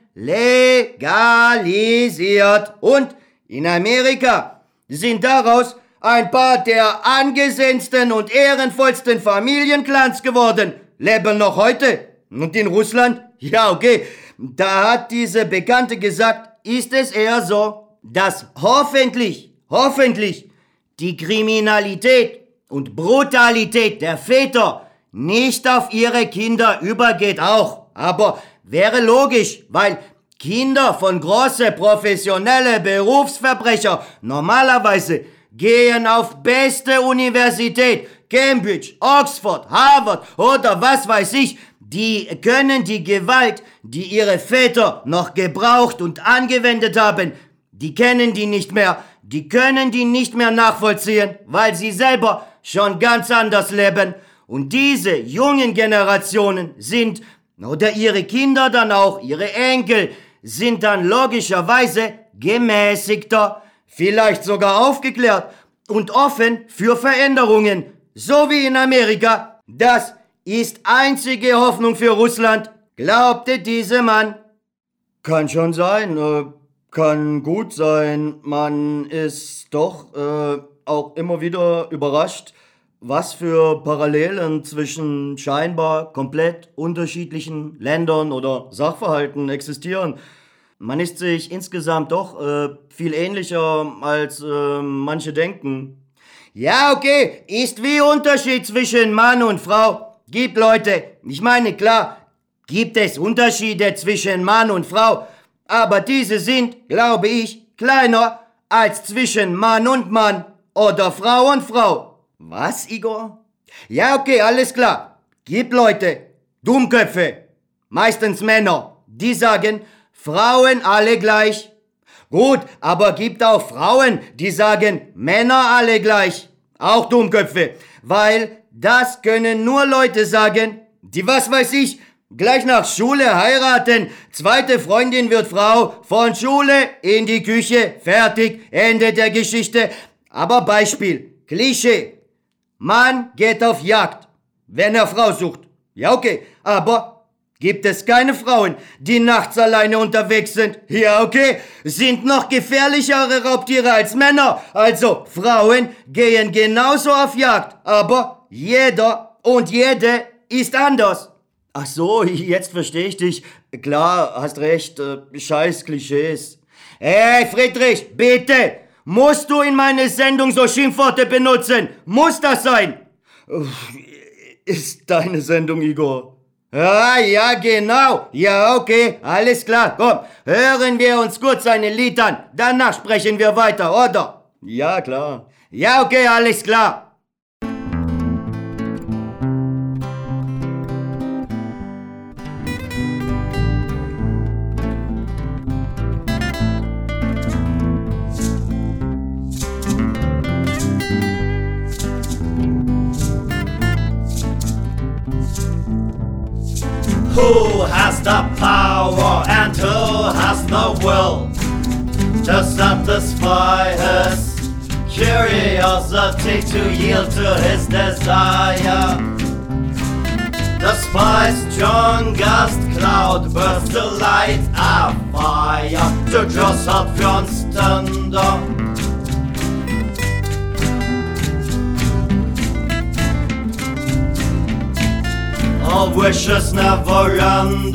legalisiert. Und in Amerika sind daraus ein paar der angesehensten und ehrenvollsten Familienclans geworden. Leben noch heute. Und in Russland? Ja, okay. Da hat diese Bekannte gesagt, ist es eher so, dass hoffentlich die Kriminalität und Brutalität der Väter nicht auf ihre Kinder übergeht auch. Aber wäre logisch, weil Kinder von große professionelle Berufsverbrecher normalerweise gehen auf beste Universität, Cambridge, Oxford, Harvard oder was weiß ich. Die können die Gewalt, die ihre Väter noch gebraucht und angewendet haben, die kennen die nicht mehr. Die können die nicht mehr nachvollziehen, weil sie selber schon ganz anders leben. Und diese jungen Generationen sind, oder ihre Kinder dann auch, ihre Enkel, sind dann logischerweise gemäßigter, vielleicht sogar aufgeklärt und offen für Veränderungen, so wie in Amerika. Das ist einzige Hoffnung für Russland, glaubte dieser Mann. Kann schon sein, kann gut sein. Man ist doch auch immer wieder überrascht, was für Parallelen zwischen scheinbar komplett unterschiedlichen Ländern oder Sachverhalten existieren. Man ist sich insgesamt doch viel ähnlicher, als manche denken. Ja, okay, ist wie Unterschied zwischen Mann und Frau. Gibt Leute, ich meine klar, gibt es Unterschiede zwischen Mann und Frau, aber diese sind, glaube ich, kleiner als zwischen Mann und Mann oder Frau und Frau. Was, Igor? Ja, okay, alles klar. Gibt Leute, Dummköpfe, meistens Männer, die sagen, Frauen alle gleich. Gut, aber gibt auch Frauen, die sagen, Männer alle gleich. Auch Dummköpfe, weil das können nur Leute sagen, die, was weiß ich, gleich nach Schule heiraten, zweite Freundin wird Frau, von Schule in die Küche, fertig, Ende der Geschichte. Aber Beispiel, Klischee, Mann geht auf Jagd, wenn er Frau sucht. Ja, okay, aber gibt es keine Frauen, die nachts alleine unterwegs sind? Ja, okay, sind noch gefährlichere Raubtiere als Männer. Also, Frauen gehen genauso auf Jagd, aber jeder und jede ist anders. Ach so, jetzt verstehe ich dich. Klar, hast recht, scheiß Klischees. Hey Friedrich, bitte, musst du in meine Sendung so Schimpfworte benutzen? Muss das sein? Ist deine Sendung, Igor. Ja, genau. Ja, okay, alles klar. Komm, hören wir uns kurz ein Lied an. Danach sprechen wir weiter, oder? Ja, klar. Ja, okay, alles klar. Who has the power and who has the will to satisfy his curiosity, to yield to his desire? The spy's strongest cloud bursts to light a fire, to draw out from thunder. All wishes never end.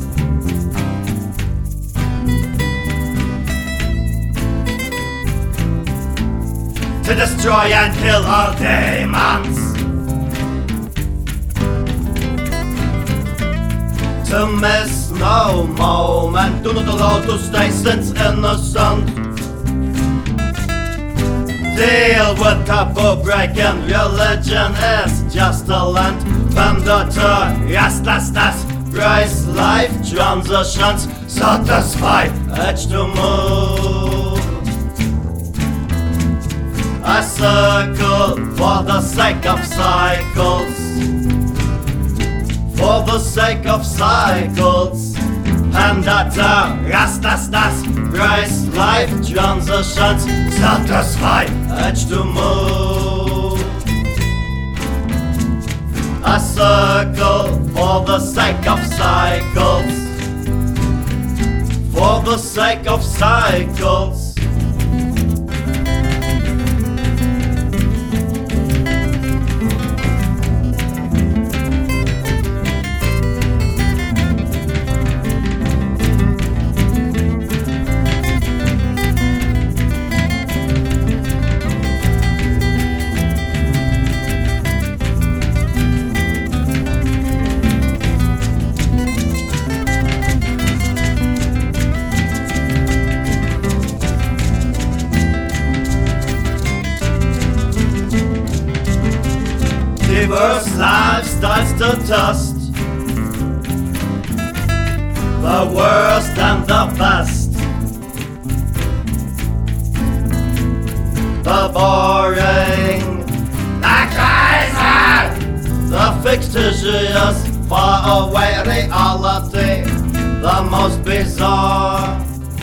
To destroy and kill all demons, to miss no moment, do not allow to stay since innocent. Deal with taboo breaking, religion is just a land. Vendetta, restlessness, race, life transitions, satisfy, edge to move. A circle for the sake of cycles, for the sake of cycles. Vendetta, restlessness, race, life transitions, satisfy, edge to move. A circle for for the sake of cycles. For the sake of cycles. Diverse lifestyles to test, the worst and the best, the boring, the crazy, the fictitious, far away reality, the most bizarre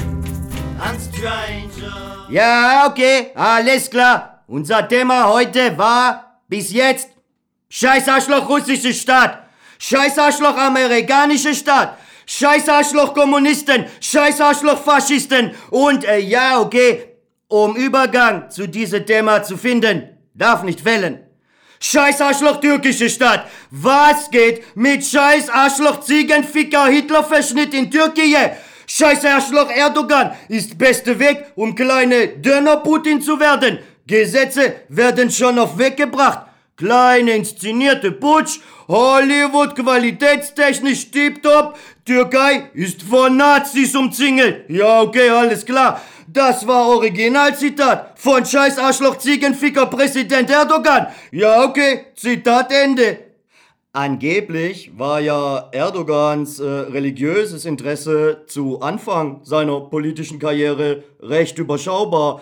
and stranger. Ja, okay, alles klar. Unser Thema heute war bis jetzt Scheiß Arschloch russische Staat, Scheiß Arschloch amerikanische Staat, Scheiß Arschloch Kommunisten, Scheiß Arschloch Faschisten und ja, okay, um Übergang zu diesem Thema zu finden, darf nicht fällen. Scheiß Arschloch türkische Staat, was geht mit Scheiß Arschloch Ziegenficker Hitlerverschnitt in Türkei? Scheiß Arschloch Erdogan ist beste Weg, um kleine Döner-Putin zu werden. Gesetze werden schon auf Weg gebracht. Kleine inszenierte Putsch, Hollywood qualitätstechnisch tipptopp, Türkei ist von Nazis umzingelt. Ja, okay, alles klar. Das war Originalzitat von scheiß Arschloch Ziegenficker Präsident Erdogan. Ja, okay, Zitat Ende. Angeblich war ja Erdogans religiöses Interesse zu Anfang seiner politischen Karriere recht überschaubar,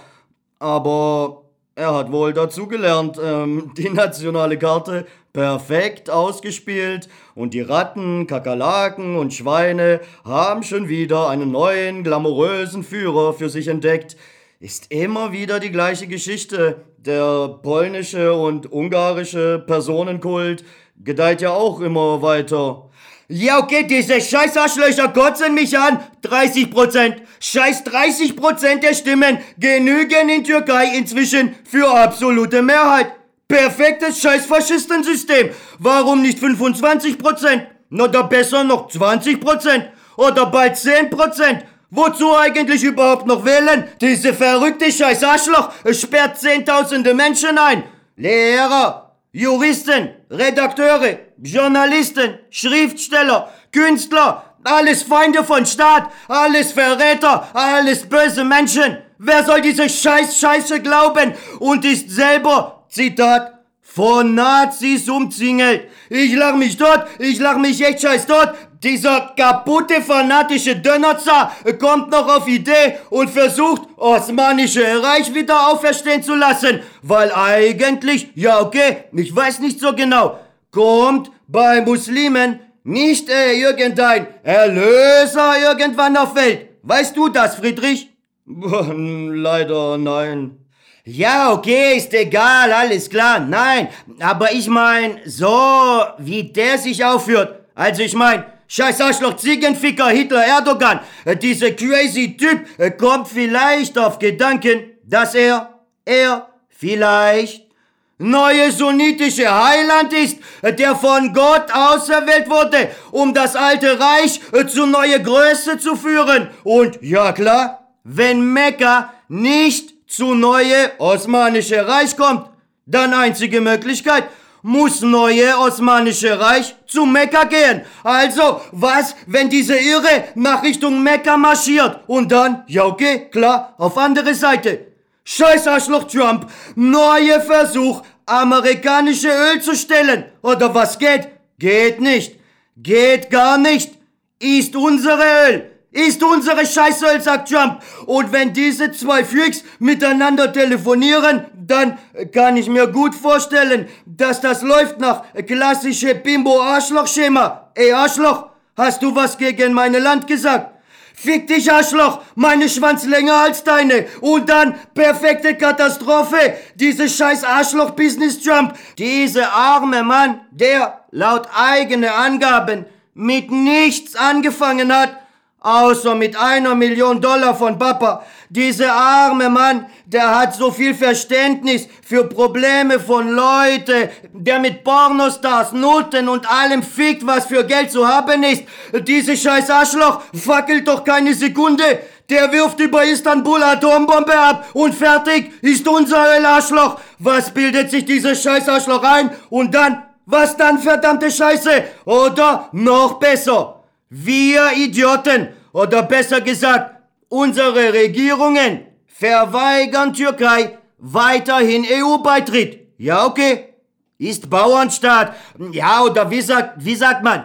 aber er hat wohl dazugelernt, die nationale Karte perfekt ausgespielt und die Ratten, Kakerlaken und Schweine haben schon wieder einen neuen, glamourösen Führer für sich entdeckt. Ist immer wieder die gleiche Geschichte. Der polnische und ungarische Personenkult gedeiht ja auch immer weiter. Ja, okay, diese scheiß Arschlöcher kotzen mich an. 30%. Scheiß 30% der Stimmen genügen in Türkei inzwischen für absolute Mehrheit. Perfektes scheiß Faschistensystem. Warum nicht 25%? Oder besser noch 20%? Oder bald 10%? Wozu eigentlich überhaupt noch wählen? Diese verrückte scheiß Arschloch sperrt Zehntausende Menschen ein. Lehrer, Juristen, Redakteure, Journalisten, Schriftsteller, Künstler, alles Feinde von Staat, alles Verräter, alles böse Menschen. Wer soll diese Scheiße glauben und ist selber, Zitat, von Nazis umzingelt. Ich lach mich tot, ich lach mich echt scheiß tot. Dieser kaputte, fanatische Dönerzar kommt noch auf Idee und versucht, Osmanische Reich wieder auferstehen zu lassen. Weil eigentlich, ja okay, ich weiß nicht so genau, kommt bei Muslimen nicht irgendein Erlöser irgendwann auf Welt. Weißt du das, Friedrich? Leider nein. Ja, okay, ist egal, alles klar, nein. Aber ich mein, so wie der sich aufführt. Also ich mein, scheiß Arschloch, Ziegenficker, Hitler, Erdogan. Dieser crazy Typ kommt vielleicht auf Gedanken, dass er vielleicht neue sunnitische Heiland ist, der von Gott auserwählt wurde, um das alte Reich zu neuer Größe zu führen. Und ja klar, wenn Mekka nicht zu neue Osmanische Reich kommt, dann einzige Möglichkeit, muss neue Osmanische Reich zu Mekka gehen. Also, was, wenn diese Irre nach Richtung Mekka marschiert und dann, ja okay, klar, auf andere Seite. Scheiß Arschloch Trump, neuer Versuch, amerikanische Öl zu stellen. Oder was geht? Geht nicht. Geht gar nicht. Ist unsere Öl. Ist unsere Scheißöl, sagt Trump. Und wenn diese zwei Freaks miteinander telefonieren, dann kann ich mir gut vorstellen, dass das läuft nach klassische Bimbo-Arschloch-Schema. Ey Arschloch, hast du was gegen meine Land gesagt? Fick dich, Arschloch, meine Schwanz länger als deine. Und dann perfekte Katastrophe. Diese scheiß Arschloch-Business Trump. Diese arme Mann, der laut eigene Angaben mit nichts angefangen hat, außer mit $1 Million von Papa. Dieser arme Mann, der hat so viel Verständnis für Probleme von Leuten, der mit Pornostars, Noten und allem fickt, was für Geld zu haben ist. Diese scheiß Arschloch fackelt doch keine Sekunde. Der wirft über Istanbul Atombombe ab und fertig ist unser Arschloch. Was bildet sich dieses scheiß Arschloch ein? Und dann, was dann, verdammte Scheiße? Oder noch besser, wir Idioten, oder besser gesagt, unsere Regierungen verweigern Türkei weiterhin EU-Beitritt. Ja, okay. Ist Bauernstaat. Ja, oder wie sagt man?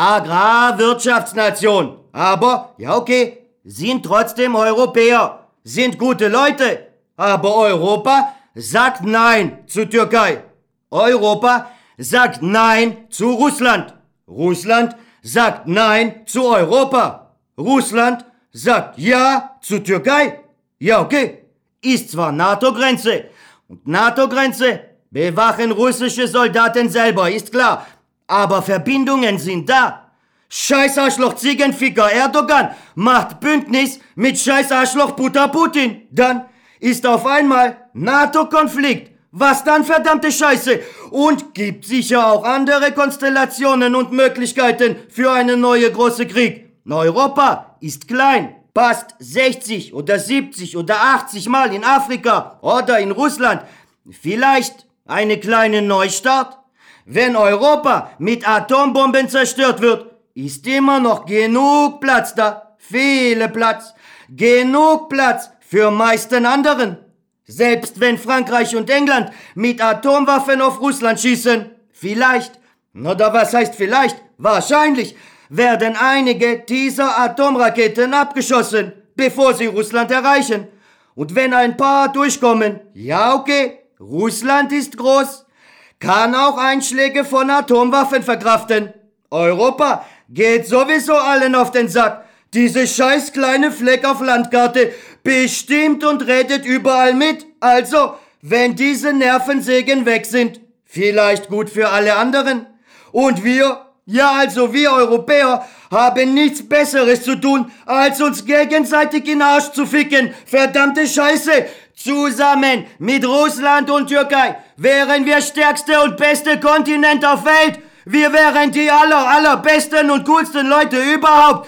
Agrarwirtschaftsnation. Aber, ja, okay. Sind trotzdem Europäer. Sind gute Leute. Aber Europa sagt Nein zu Türkei. Europa sagt Nein zu Russland. Russland sagt Nein zu Europa. Russland sagt Ja zu Türkei. Ja, okay. Ist zwar NATO-Grenze. Und NATO-Grenze bewachen russische Soldaten selber, ist klar. Aber Verbindungen sind da. Scheiß Arschloch Ziegenficker Erdogan macht Bündnis mit Scheiß Arschloch Puta Putin. Dann ist auf einmal NATO-Konflikt. Was dann, verdammte Scheiße? Und gibt sicher auch andere Konstellationen und Möglichkeiten für einen neuen großen Krieg. Europa ist klein, passt 60 oder 70 oder 80 Mal in Afrika oder in Russland. Vielleicht eine kleine Neustart? Wenn Europa mit Atombomben zerstört wird, ist immer noch genug Platz da. Viele Platz. Genug Platz für meisten anderen. Selbst wenn Frankreich und England mit Atomwaffen auf Russland schießen, vielleicht, oder was heißt vielleicht, wahrscheinlich, werden einige dieser Atomraketen abgeschossen, bevor sie Russland erreichen. Und wenn ein paar durchkommen, ja okay, Russland ist groß, kann auch Einschläge von Atomwaffen verkraften. Europa geht sowieso allen auf den Sack. Diese scheiß kleine Fleck auf Landkarte bestimmt und redet überall mit. Also, wenn diese Nervensägen weg sind, vielleicht gut für alle anderen. Und wir, ja also wir Europäer, haben nichts Besseres zu tun, als uns gegenseitig in den Arsch zu ficken. Verdammte Scheiße! Zusammen mit Russland und Türkei wären wir stärkste und beste Kontinent auf Welt. Wir wären die allerbesten und coolsten Leute überhaupt.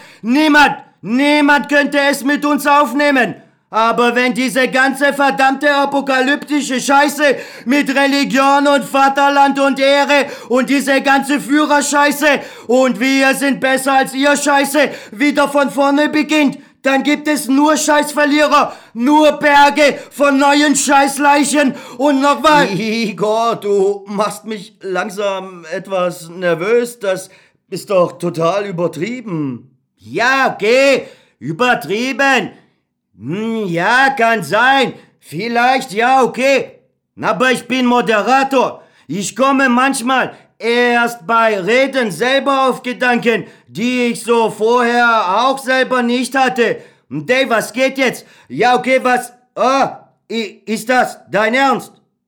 Niemand könnte es mit uns aufnehmen. Aber wenn diese ganze verdammte apokalyptische Scheiße mit Religion und Vaterland und Ehre und diese ganze Führerscheiße und wir sind besser als ihr Scheiße wieder von vorne beginnt, dann gibt es nur Scheißverlierer, nur Berge von neuen Scheißleichen und noch was. Igor, du machst mich langsam etwas nervös. Das ist doch total übertrieben. Ja, okay, übertrieben. Ja, kann sein. Vielleicht, ja, okay. Aber ich bin Moderator. Ich komme manchmal erst bei Reden selber auf Gedanken, die ich so vorher auch selber nicht hatte. Dave, was geht jetzt? Ja, okay, was? Ist das dein Ernst?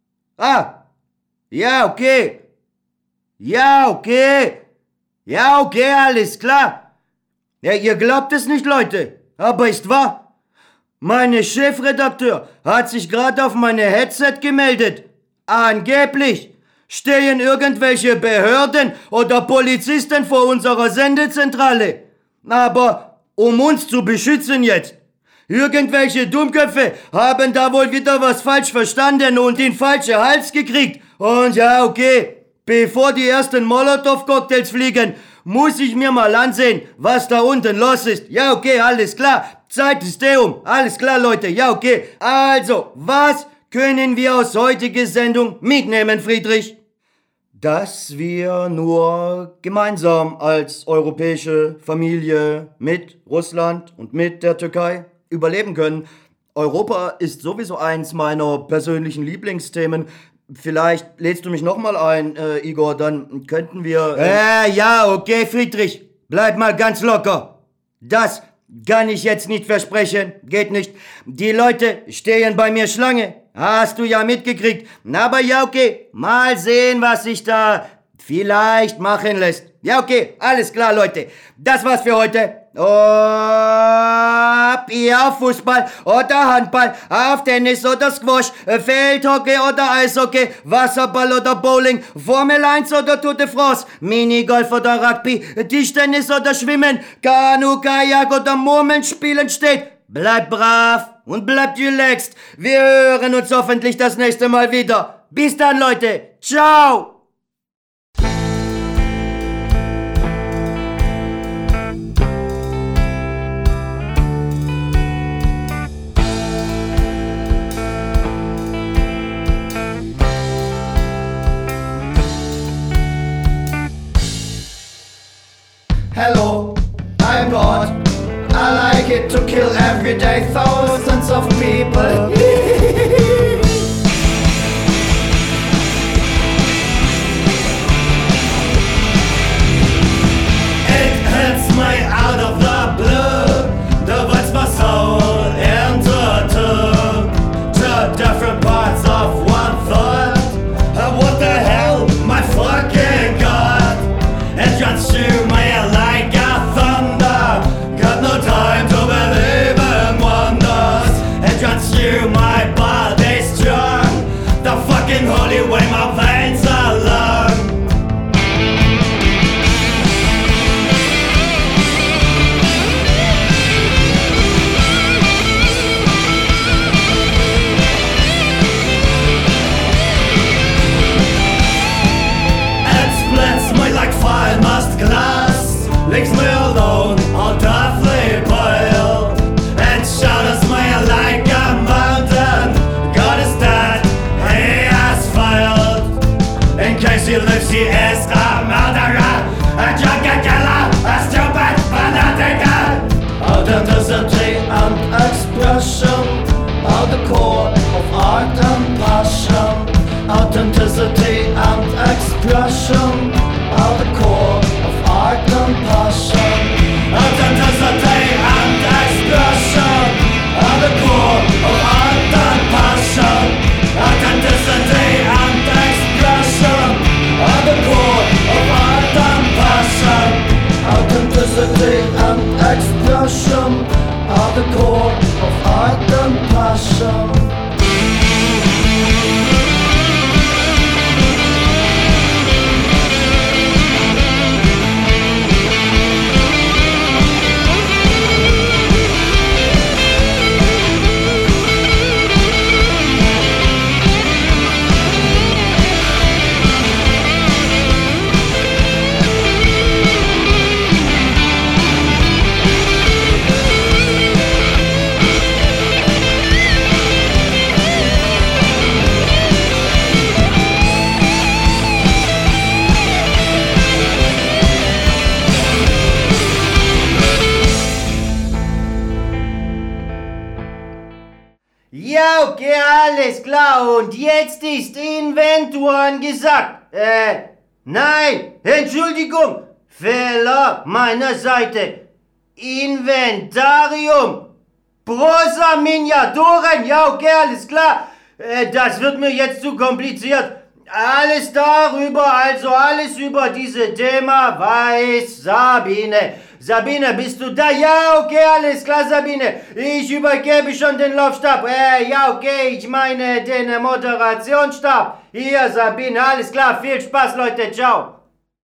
Ja, okay. Ja, okay. Ja, okay, alles klar. Ja, ihr glaubt es nicht, Leute, aber ist wahr. Meine Chefredakteur hat sich gerade auf meine Headset gemeldet. Angeblich stehen irgendwelche Behörden oder Polizisten vor unserer Sendezentrale. Aber um uns zu beschützen jetzt. Irgendwelche Dummköpfe haben da wohl wieder was falsch verstanden und den falschen Hals gekriegt. Und ja, okay, bevor die ersten Molotow-Cocktails fliegen, muss ich mir mal ansehen, was da unten los ist. Ja, okay, alles klar. Zeit ist Alles klar, Leute. Ja, okay. Also, was können wir aus heutiger Sendung mitnehmen, Friedrich? Dass wir nur gemeinsam als europäische Familie mit Russland und mit der Türkei überleben können. Europa ist sowieso eins meiner persönlichen Lieblingsthemen. Vielleicht lädst du mich nochmal ein, Igor, dann könnten wir... Ja, okay, Friedrich. Bleib mal ganz locker. Das kann ich jetzt nicht versprechen. Geht nicht. Die Leute stehen bei mir Schlange. Hast du ja mitgekriegt. Aber ja, okay. Mal sehen, was ich da vielleicht machen lässt. Ja, okay, alles klar, Leute. Das war's für heute. Ob ihr auf Fußball oder Handball, auf Tennis oder Squash, Feldhockey oder Eishockey, Wasserball oder Bowling, Formel 1 oder Tour de France, Minigolf oder Rugby, Tischtennis oder Schwimmen, Kanu, Kajak oder Murmeln spielen steht. Bleibt brav und bleibt relaxed. Wir hören uns hoffentlich das nächste Mal wieder. Bis dann, Leute. Ciao. Hello, I'm God. I like it to kill every day thousands of people. It hits me out of the blue, divides my soul into two different parts of one thought. What the hell, my fucking God? It runs through my like a thunder. Got no time to believe in wonders. It runs through my body strong. The fucking holy way my veins are long. It splits me like fire must glass. Leaves me alone, all deathly pale. And shadows me like a mountain. God is dead, he has failed. In case he lives, he is a murderer, a drunken killer, a stupid fanatiker. Authenticity and expression are the core of art and passion. Authenticity and expression are the core of art and passion. Authenticity and expression are the core of art and passion. Authenticity and expression are the core of art and passion. Authenticity and expression are the core of art and passion. Ja, okay, alles klar. Und jetzt ist Inventur angesagt. Nein, Entschuldigung. Fehler meiner Seite. Inventarium. Prosa Miniaturen. Ja, okay, alles klar. Das wird mir jetzt zu kompliziert. Alles darüber, also alles über dieses Thema weiß Sabine. Sabine, bist du da? Ja, okay, alles klar, Sabine. Ich übergebe schon den Laufstab. Ja, okay, ich meine den Moderationsstab. Hier, Sabine, alles klar. Viel Spaß, Leute. Ciao.